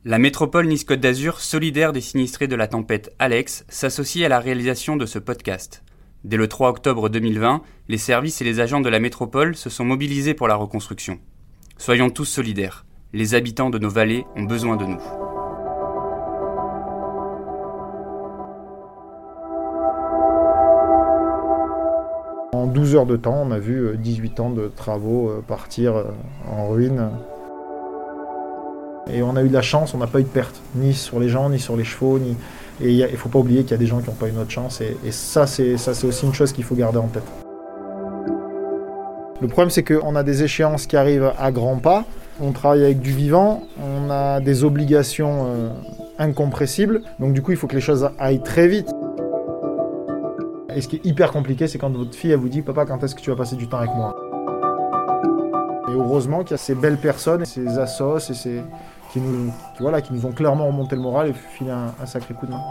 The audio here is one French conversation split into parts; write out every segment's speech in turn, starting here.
La métropole Nice-Côte d'Azur, solidaire des sinistrés de la tempête Alex, s'associe à la réalisation de ce podcast. Dès le 3 octobre 2020, les services et les agents de la métropole se sont mobilisés pour la reconstruction. Soyons tous solidaires. Les habitants de nos vallées ont besoin de nous. En 12 heures de temps, on a vu 18 ans de travaux partir en ruine. Et on a eu de la chance, on n'a pas eu de perte, ni sur les gens, ni sur les chevaux. Et il ne faut pas oublier qu'il y a des gens qui n'ont pas eu notre chance. Et ça, c'est aussi une chose qu'il faut garder en tête. Le problème, c'est qu'on a des échéances qui arrivent à grands pas. On travaille avec du vivant, on a des obligations incompressibles. Donc du coup, il faut que les choses aillent très vite. Et ce qui est hyper compliqué, c'est quand votre fille elle vous dit « Papa, quand est-ce que tu vas passer du temps avec moi ?» Et heureusement qu'il y a ces belles personnes, ces assos, qui nous ont clairement remonté le moral et filé un sacré coup de main.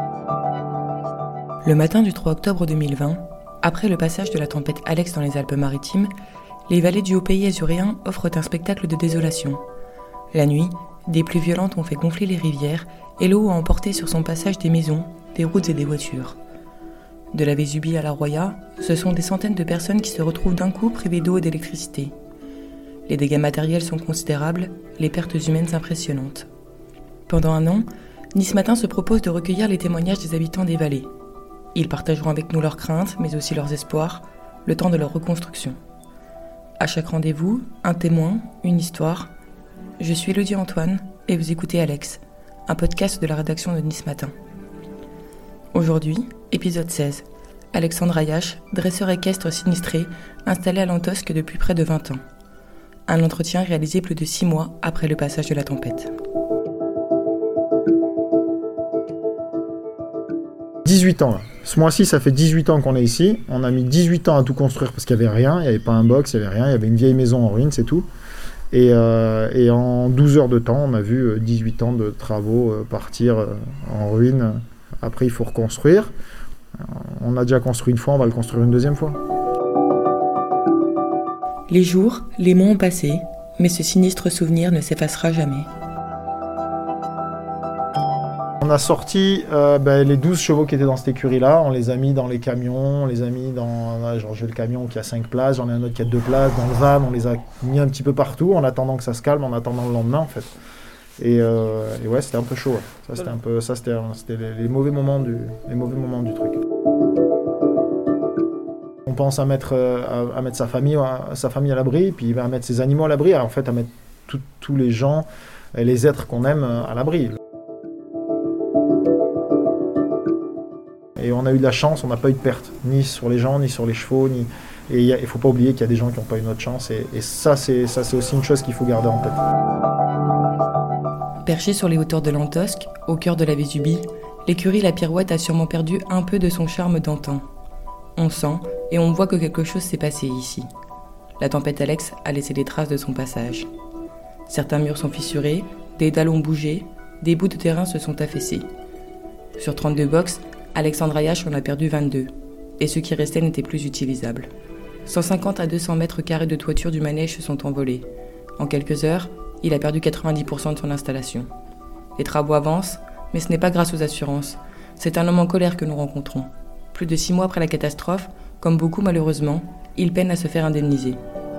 Le matin du 3 octobre 2020, après le passage de la tempête Alex dans les Alpes-Maritimes, les vallées du Haut-Pays azurien offrent un spectacle de désolation. La nuit, des pluies violentes ont fait gonfler les rivières et l'eau a emporté sur son passage des maisons, des routes et des voitures. De la Vésubie à la Roya, ce sont des centaines de personnes qui se retrouvent d'un coup privées d'eau et d'électricité. Les dégâts matériels sont considérables, les pertes humaines impressionnantes. Pendant un an, Nice Matin se propose de recueillir les témoignages des habitants des vallées. Ils partageront avec nous leurs craintes, mais aussi leurs espoirs, le temps de leur reconstruction. À chaque rendez-vous, un témoin, une histoire. Je suis Elodie Antoine et vous écoutez Alex, un podcast de la rédaction de Nice Matin. Aujourd'hui, épisode 16. Alexandre Ayache, dresseur équestre sinistré, installé à Lantosque depuis près de 20 ans. Un entretien réalisé plus de 6 mois après le passage de la tempête. 18 ans là. Ce mois-ci, ça fait 18 ans qu'on est ici. On a mis 18 ans à tout construire parce qu'il n'y avait rien. Il n'y avait pas un box, il n'y avait rien. Il y avait une vieille maison en ruine, c'est tout. Et en 12 heures de temps, on a vu 18 ans de travaux partir en ruine. Après, il faut reconstruire. On a déjà construit une fois, on va le construire une deuxième fois. Les jours, les mois ont passé, mais ce sinistre souvenir ne s'effacera jamais. On a sorti les 12 chevaux qui étaient dans cette écurie-là, on les a mis dans les camions, on les a mis dans... Genre j'ai le camion qui a 5 places, j'en ai un autre qui a 2 places, dans le van, on les a mis un petit peu partout en attendant que ça se calme, en attendant le lendemain en fait. Et ouais, c'était un peu chaud. Ouais. C'était les mauvais moments du truc. On pense à mettre sa famille à l'abri, puis à mettre ses animaux à l'abri, en fait à mettre tous les gens et les êtres qu'on aime à l'abri. Et on a eu de la chance, on n'a pas eu de perte, ni sur les gens, ni sur les chevaux, et il ne faut pas oublier qu'il y a des gens qui n'ont pas eu notre chance, et ça c'est aussi une chose qu'il faut garder en tête. Perché sur les hauteurs de Lantosque, au cœur de la Vésubie, l'écurie La Pirouette a sûrement perdu un peu de son charme d'antan. On sent et on voit que quelque chose s'est passé ici. La tempête Alex a laissé des traces de son passage. Certains murs sont fissurés, des dalles ont bougé, des bouts de terrain se sont affaissés. Sur 32 box, Alexandre Ayache en a perdu 22, et ceux qui restaient n'étaient plus utilisables. 150 à 200 mètres carrés de toiture du manège se sont envolés. En quelques heures, il a perdu 90% de son installation. Les travaux avancent, mais ce n'est pas grâce aux assurances. C'est un homme en colère que nous rencontrons. Plus de 6 mois après la catastrophe, comme beaucoup malheureusement, il peine à se faire indemniser.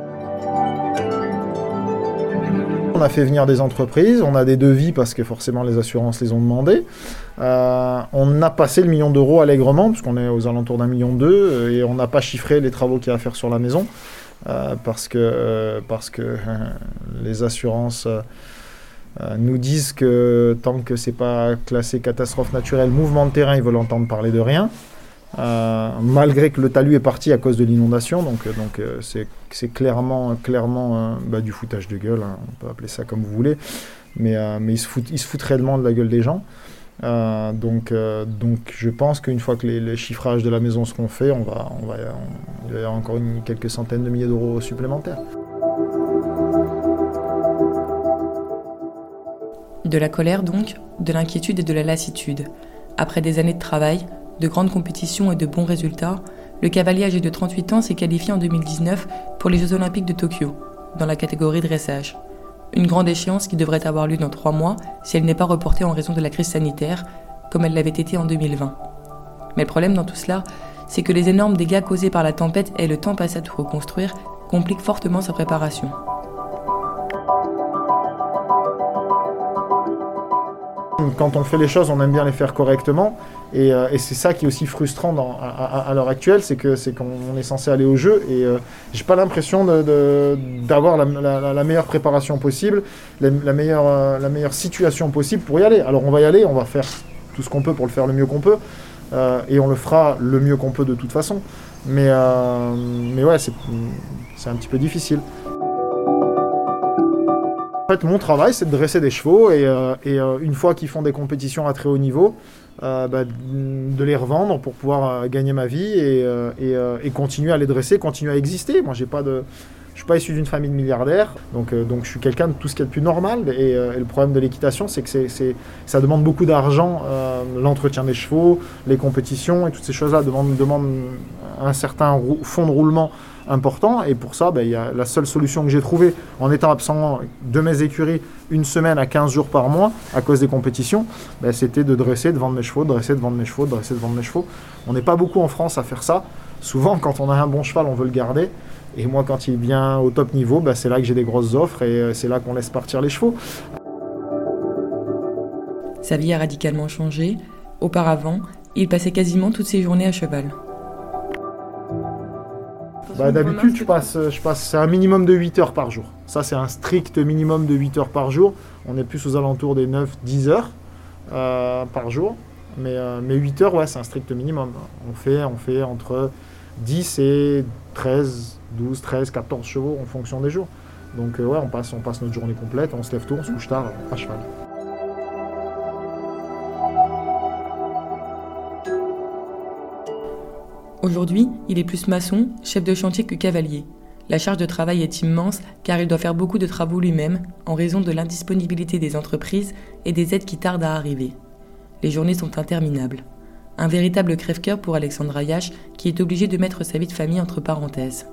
On a fait venir des entreprises, on a des devis parce que forcément les assurances les ont demandés. On a passé le 1 million d'euros allègrement, puisqu'on est aux alentours d'1,2 million, et on n'a pas chiffré les travaux qu'il y a à faire sur la maison. Parce que les assurances nous disent que tant que c'est pas classé catastrophe naturelle, mouvement de terrain, ils veulent entendre parler de rien. Malgré que le talus est parti à cause de l'inondation, donc c'est clairement du foutage de gueule, hein, on peut appeler ça comme vous voulez, mais ils se foutent réellement de la gueule des gens. Donc je pense qu'une fois que les chiffrages de la maison seront faits, il va y avoir encore quelques centaines de milliers d'euros supplémentaires. De la colère donc, de l'inquiétude et de la lassitude. Après des années de travail, de grandes compétitions et de bons résultats, le cavalier âgé de 38 ans s'est qualifié en 2019 pour les Jeux Olympiques de Tokyo, dans la catégorie dressage. Une grande échéance qui devrait avoir lieu dans 3 mois si elle n'est pas reportée en raison de la crise sanitaire, comme elle l'avait été en 2020. Mais le problème dans tout cela, c'est que les énormes dégâts causés par la tempête et le temps passé à tout reconstruire compliquent fortement sa préparation. Quand on fait les choses, on aime bien les faire correctement. Et c'est ça qui est aussi frustrant à l'heure actuelle, c'est qu'on est censé aller au jeu. Et j'ai pas l'impression d'avoir la meilleure préparation possible, la meilleure situation possible pour y aller. Alors on va y aller, on va faire tout ce qu'on peut pour le faire le mieux qu'on peut. Et on le fera le mieux qu'on peut de toute façon. Mais ouais, c'est un petit peu difficile. En fait, mon travail, c'est de dresser des chevaux et une fois qu'ils font des compétitions à très haut niveau, de les revendre pour pouvoir gagner ma vie et continuer à les dresser, continuer à exister. Moi, je suis pas issu d'une famille de milliardaires, donc je suis quelqu'un de tout ce qu'il y a de plus normal. Et le problème de l'équitation, c'est que ça demande beaucoup d'argent, l'entretien des chevaux, les compétitions et toutes ces choses-là demandent un certain fond de roulement important. Et pour ça, la seule solution que j'ai trouvée, en étant absent de mes écuries une semaine à 15 jours par mois à cause des compétitions, c'était de dresser, de vendre mes chevaux, de dresser, de vendre mes chevaux, de dresser, de vendre mes chevaux. On n'est pas beaucoup en France à faire ça. Souvent, quand on a un bon cheval, on veut le garder. Et moi, quand il vient au top niveau, c'est là que j'ai des grosses offres et c'est là qu'on laisse partir les chevaux. Sa vie a radicalement changé. Auparavant, il passait quasiment toutes ses journées à cheval. D'habitude, je passe c'est un minimum de 8 heures par jour. Ça, c'est un strict minimum de 8 heures par jour. On est plus aux alentours des 9-10 heures par jour. Mais 8 heures, ouais, c'est un strict minimum. On fait entre 10 et 13, 12, 13, 14 chevaux en fonction des jours. Donc ouais, on passe notre journée complète, on se lève tôt, on se couche tard à cheval. Aujourd'hui, il est plus maçon, chef de chantier que cavalier. La charge de travail est immense car il doit faire beaucoup de travaux lui-même en raison de l'indisponibilité des entreprises et des aides qui tardent à arriver. Les journées sont interminables. Un véritable crève-cœur pour Alexandre Ayache qui est obligé de mettre sa vie de famille entre parenthèses.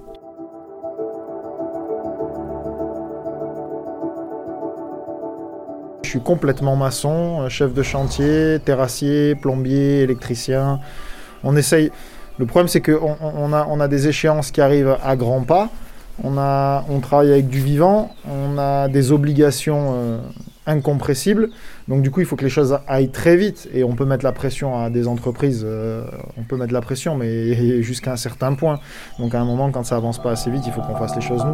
Je suis complètement maçon, chef de chantier, terrassier, plombier, électricien. On essaye. Le problème, c'est qu'on a des échéances qui arrivent à grands pas. On travaille avec du vivant. On a des obligations incompressibles. Donc du coup, il faut que les choses aillent très vite. Et on peut mettre la pression à des entreprises. On peut mettre la pression, mais jusqu'à un certain point. Donc à un moment, quand ça avance pas assez vite, il faut qu'on fasse les choses nous.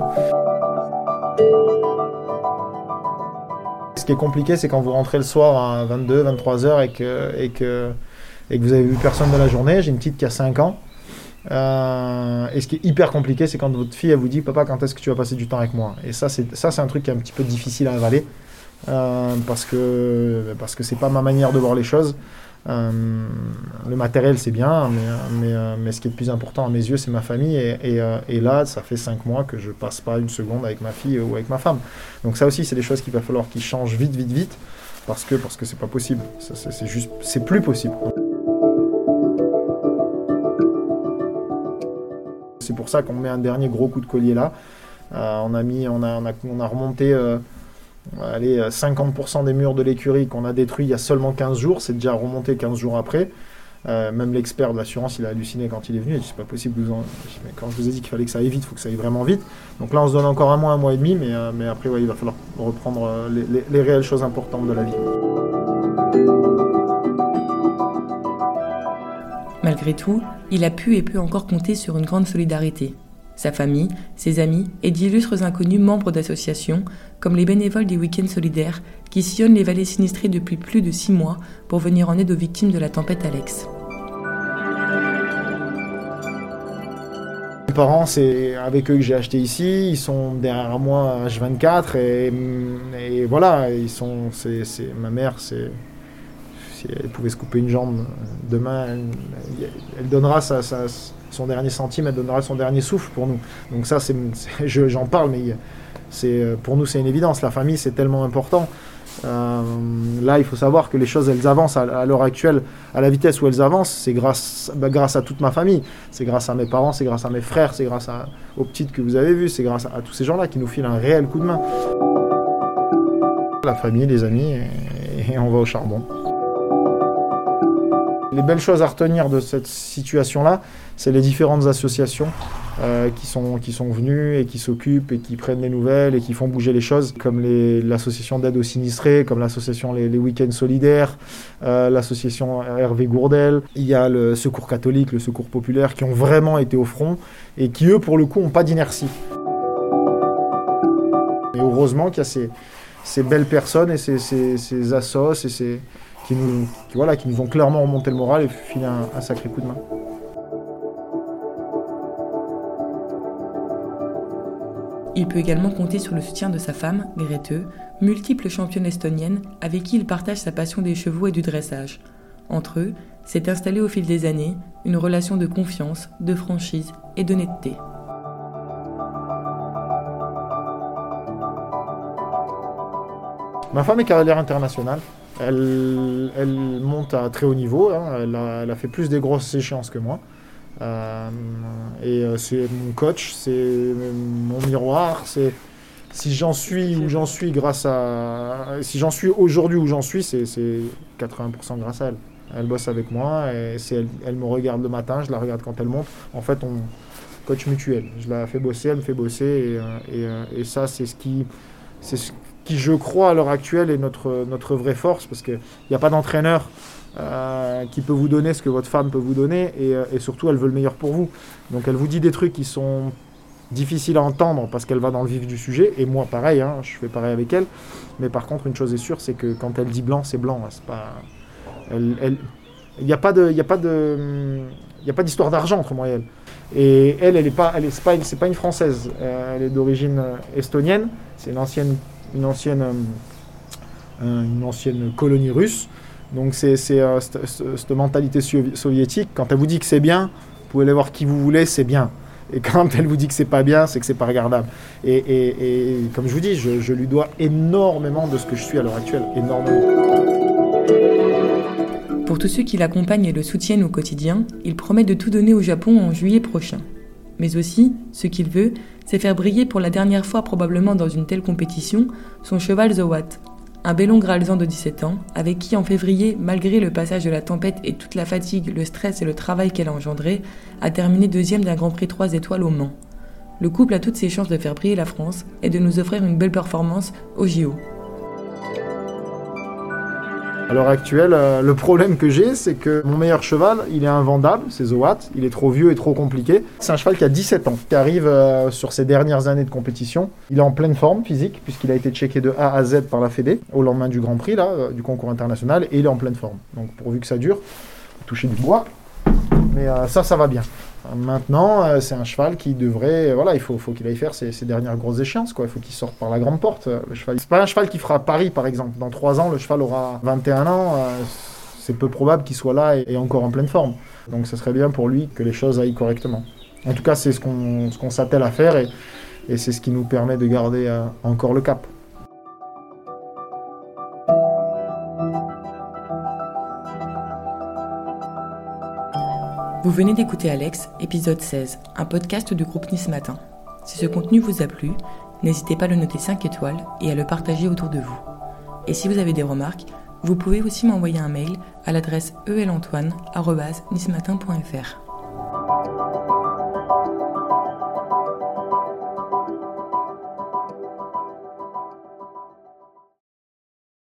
Ce qui est compliqué, c'est quand vous rentrez le soir à 22, 23 heures et que vous avez vu personne de la journée. J'ai une petite qui a 5 ans. Et ce qui est hyper compliqué, c'est quand votre fille elle vous dit « Papa, quand est-ce que tu vas passer du temps avec moi ?» Et ça, c'est un truc qui est un petit peu difficile à avaler parce que c'est pas ma manière de voir les choses. Le matériel, c'est bien, mais ce qui est le plus important à mes yeux, c'est ma famille. Et là, ça fait 5 mois que je passe pas une seconde avec ma fille ou avec ma femme. Donc ça aussi, c'est des choses qu'il va falloir qu'ils changent vite, parce que c'est pas possible. C'est plus possible. C'est pour ça qu'on met un dernier gros coup de collier là. On a remonté 50% des murs de l'écurie qu'on a détruits il y a seulement 15 jours. C'est déjà remonté 15 jours après. Même l'expert de l'assurance, il a halluciné quand il est venu. Il a dit, c'est pas possible. Quand je vous ai dit qu'il fallait que ça aille vite, il faut que ça aille vraiment vite. Donc là, on se donne encore un mois et demi. Mais après, ouais, il va falloir reprendre les réelles choses importantes de la vie. Malgré tout, il a pu et peut encore compter sur une grande solidarité. Sa famille, ses amis et d'illustres inconnus membres d'associations, comme les bénévoles des week-ends solidaires, qui sillonnent les vallées sinistrées depuis plus de 6 mois pour venir en aide aux victimes de la tempête Alex. Mes parents, c'est avec eux que j'ai acheté ici, ils sont derrière moi H24 et voilà, ma mère, si elle pouvait se couper une jambe demain, elle donnera son dernier centime, elle donnera son dernier souffle pour nous. Donc ça, j'en parle, mais pour nous, c'est une évidence. La famille, c'est tellement important. Là, il faut savoir que les choses, elles avancent à l'heure actuelle, à la vitesse où elles avancent, c'est grâce à toute ma famille. C'est grâce à mes parents, c'est grâce à mes frères, c'est grâce aux petites que vous avez vues, c'est grâce à tous ces gens-là qui nous filent un réel coup de main. la famille, les amis, et on va au charbon. Les belles choses à retenir de cette situation-là, c'est les différentes associations qui sont venues et qui s'occupent et qui prennent les nouvelles et qui font bouger les choses, comme l'association d'aide aux sinistrés, comme l'association les Week-ends solidaires, l'association Hervé Gourdel. Il y a le Secours catholique, le Secours populaire, qui ont vraiment été au front et qui, eux, pour le coup, n'ont pas d'inertie. Et heureusement qu'il y a ces belles personnes et ces assos et qui nous ont clairement remonté le moral et filé un sacré coup de main. Il peut également compter sur le soutien de sa femme, Grete, multiple championne estonienne, avec qui il partage sa passion des chevaux et du dressage. Entre eux, s'est installée au fil des années une relation de confiance, de franchise et d'honnêteté. Ma femme est cavalière internationale. Elle monte à très haut niveau. Elle a fait plus des grosses échéances que moi. C'est mon coach, c'est mon miroir. Si j'en suis où j'en suis si j'en suis aujourd'hui où j'en suis, c'est 80% grâce à elle. Elle bosse avec moi et elle me regarde le matin, je la regarde quand elle monte. En fait, on coach mutuel. Je la fais bosser, elle me fait bosser et ça, c'est ce qui, je crois, à l'heure actuelle est notre vraie force, parce qu'il n'y a pas d'entraîneur qui peut vous donner ce que votre femme peut vous donner et surtout, elle veut le meilleur pour vous. Donc, elle vous dit des trucs qui sont difficiles à entendre parce qu'elle va dans le vif du sujet, et moi, pareil, je fais pareil avec elle. Mais par contre, une chose est sûre, c'est que quand elle dit blanc, c'est blanc. C'est pas... Il n'y a pas d'histoire d'argent entre moi et elle. Et c'est pas une Française. Elle est d'origine estonienne. C'est une ancienne colonie russe. Donc c'est cette mentalité soviétique. Quand elle vous dit que c'est bien, vous pouvez aller voir qui vous voulez, c'est bien. Et quand elle vous dit que c'est pas bien, c'est que c'est pas regardable. Et comme je vous dis, je lui dois énormément de ce que je suis à l'heure actuelle. Énormément. Pour tous ceux qui l'accompagnent et le soutiennent au quotidien, il promet de tout donner au Japon en juillet prochain. Mais aussi, ce qu'il veut, c'est faire briller pour la dernière fois probablement dans une telle compétition, son cheval Zowat, un bellon gralzan de 17 ans, avec qui en février, malgré le passage de la tempête et toute la fatigue, le stress et le travail qu'elle a engendré, a terminé deuxième d'un Grand Prix 3 étoiles au Mans. Le couple a toutes ses chances de faire briller la France et de nous offrir une belle performance au JO. À l'heure actuelle, le problème que j'ai, c'est que mon meilleur cheval, il est invendable, c'est Zowat. Il est trop vieux et trop compliqué. C'est un cheval qui a 17 ans, qui arrive sur ses dernières années de compétition. Il est en pleine forme physique, puisqu'il a été checké de A à Z par la Fédé, au lendemain du Grand Prix, du concours international, et il est en pleine forme. Donc pourvu que ça dure, toucher du bois, mais ça va bien. Maintenant, c'est un cheval qui devrait... il faut qu'il aille faire ses dernières grosses échéances, quoi. Il faut qu'il sorte par la grande porte. Le cheval. C'est pas un cheval qui fera Paris, par exemple. Dans 3 ans, le cheval aura 21 ans. C'est peu probable qu'il soit là et encore en pleine forme. Donc, ce serait bien pour lui que les choses aillent correctement. En tout cas, c'est ce qu'on s'attelle à faire et c'est ce qui nous permet de garder encore le cap. Vous venez d'écouter Alex, épisode 16, un podcast du groupe Nice Matin. Si ce contenu vous a plu, n'hésitez pas à le noter 5 étoiles et à le partager autour de vous. Et si vous avez des remarques, vous pouvez aussi m'envoyer un mail à l'adresse elantoine@nicematin.fr.